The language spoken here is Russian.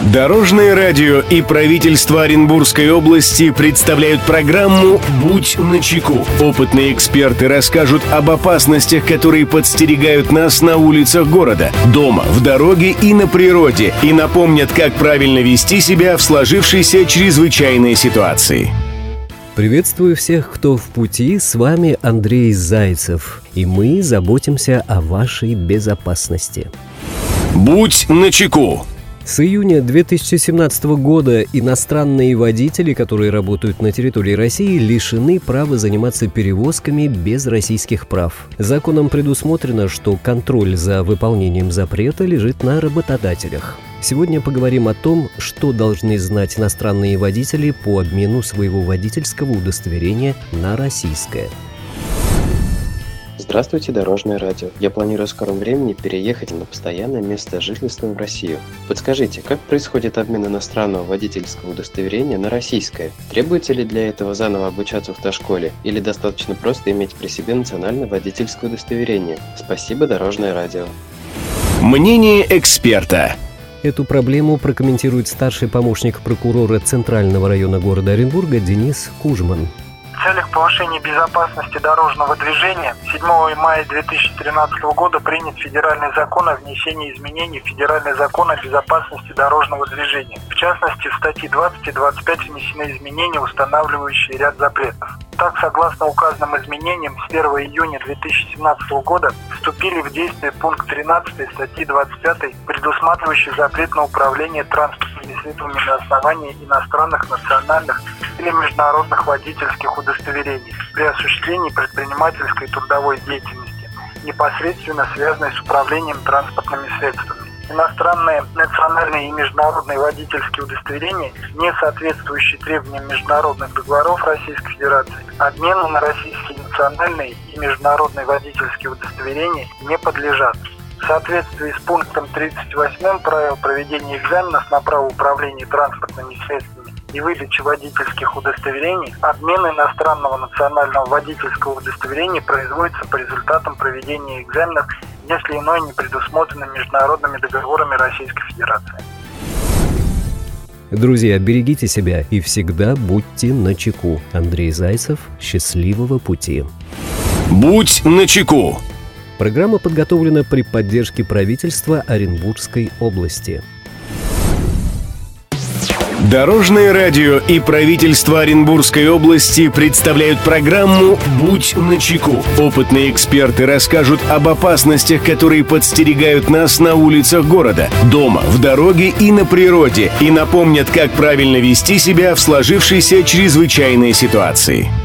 Дорожное радио и правительство Оренбургской области представляют программу «Будь начеку». Опытные эксперты расскажут об опасностях, которые подстерегают нас на улицах города, дома, в дороге и на природе, и напомнят, как правильно вести себя в сложившейся чрезвычайной ситуации. Приветствую всех, кто в пути. С вами Андрей Зайцев, и мы заботимся о вашей безопасности. Будь начеку. С июня 2017 года иностранные водители, которые работают на территории России, лишены права заниматься перевозками без российских прав. Законом предусмотрено, что контроль за выполнением запрета лежит на работодателях. Сегодня поговорим о том, что должны знать иностранные водители по обмену своего водительского удостоверения на российское. Здравствуйте, Дорожное радио. Я планирую в скором времени переехать на постоянное место жительства в Россию. Подскажите, как происходит обмен иностранного водительского удостоверения на российское? Требуется ли для этого заново обучаться в автошколе или достаточно просто иметь при себе национальное водительское удостоверение? Спасибо, Дорожное радио. Мнение эксперта. Эту проблему прокомментирует старший помощник прокурора Центрального района города Оренбурга Денис Кужман. В целях повышения безопасности дорожного движения 7 мая 2013 года принят федеральный закон о внесении изменений в федеральный закон о безопасности дорожного движения. В частности, в статьи 20 и 25 внесены изменения, устанавливающие ряд запретов. Так, согласно указанным изменениям, с 1 июня 2017 года вступили в действие пункт 13 статьи 25, предусматривающий запрет на управление транспортными средствами на основании иностранных, национальных или международных водительских удостоверений при осуществлении предпринимательской и трудовой деятельности, непосредственно связанной с управлением транспортными средствами. Иностранные, национальные и международные водительские удостоверения, не соответствующие требованиям международных договоров Российской Федерации, обмену на российские национальные и международные водительские удостоверения не подлежат. В соответствии с пунктом 38 правил проведения экзаменов на право управления транспортными средствами и выдачи водительских удостоверений, обмен иностранного национального водительского удостоверения производится по результатам проведения экзаменов, если иное не предусмотрено международными договорами Российской Федерации. Друзья, берегите себя и всегда будьте начеку. Андрей Зайцев. Счастливого пути. Будь начеку. Программа подготовлена при поддержке правительства Оренбургской области. Дорожное радио и правительство Оренбургской области представляют программу «Будь начеку». Опытные эксперты расскажут об опасностях, которые подстерегают нас на улицах города, дома, в дороге и на природе, и напомнят, как правильно вести себя в сложившейся чрезвычайной ситуации.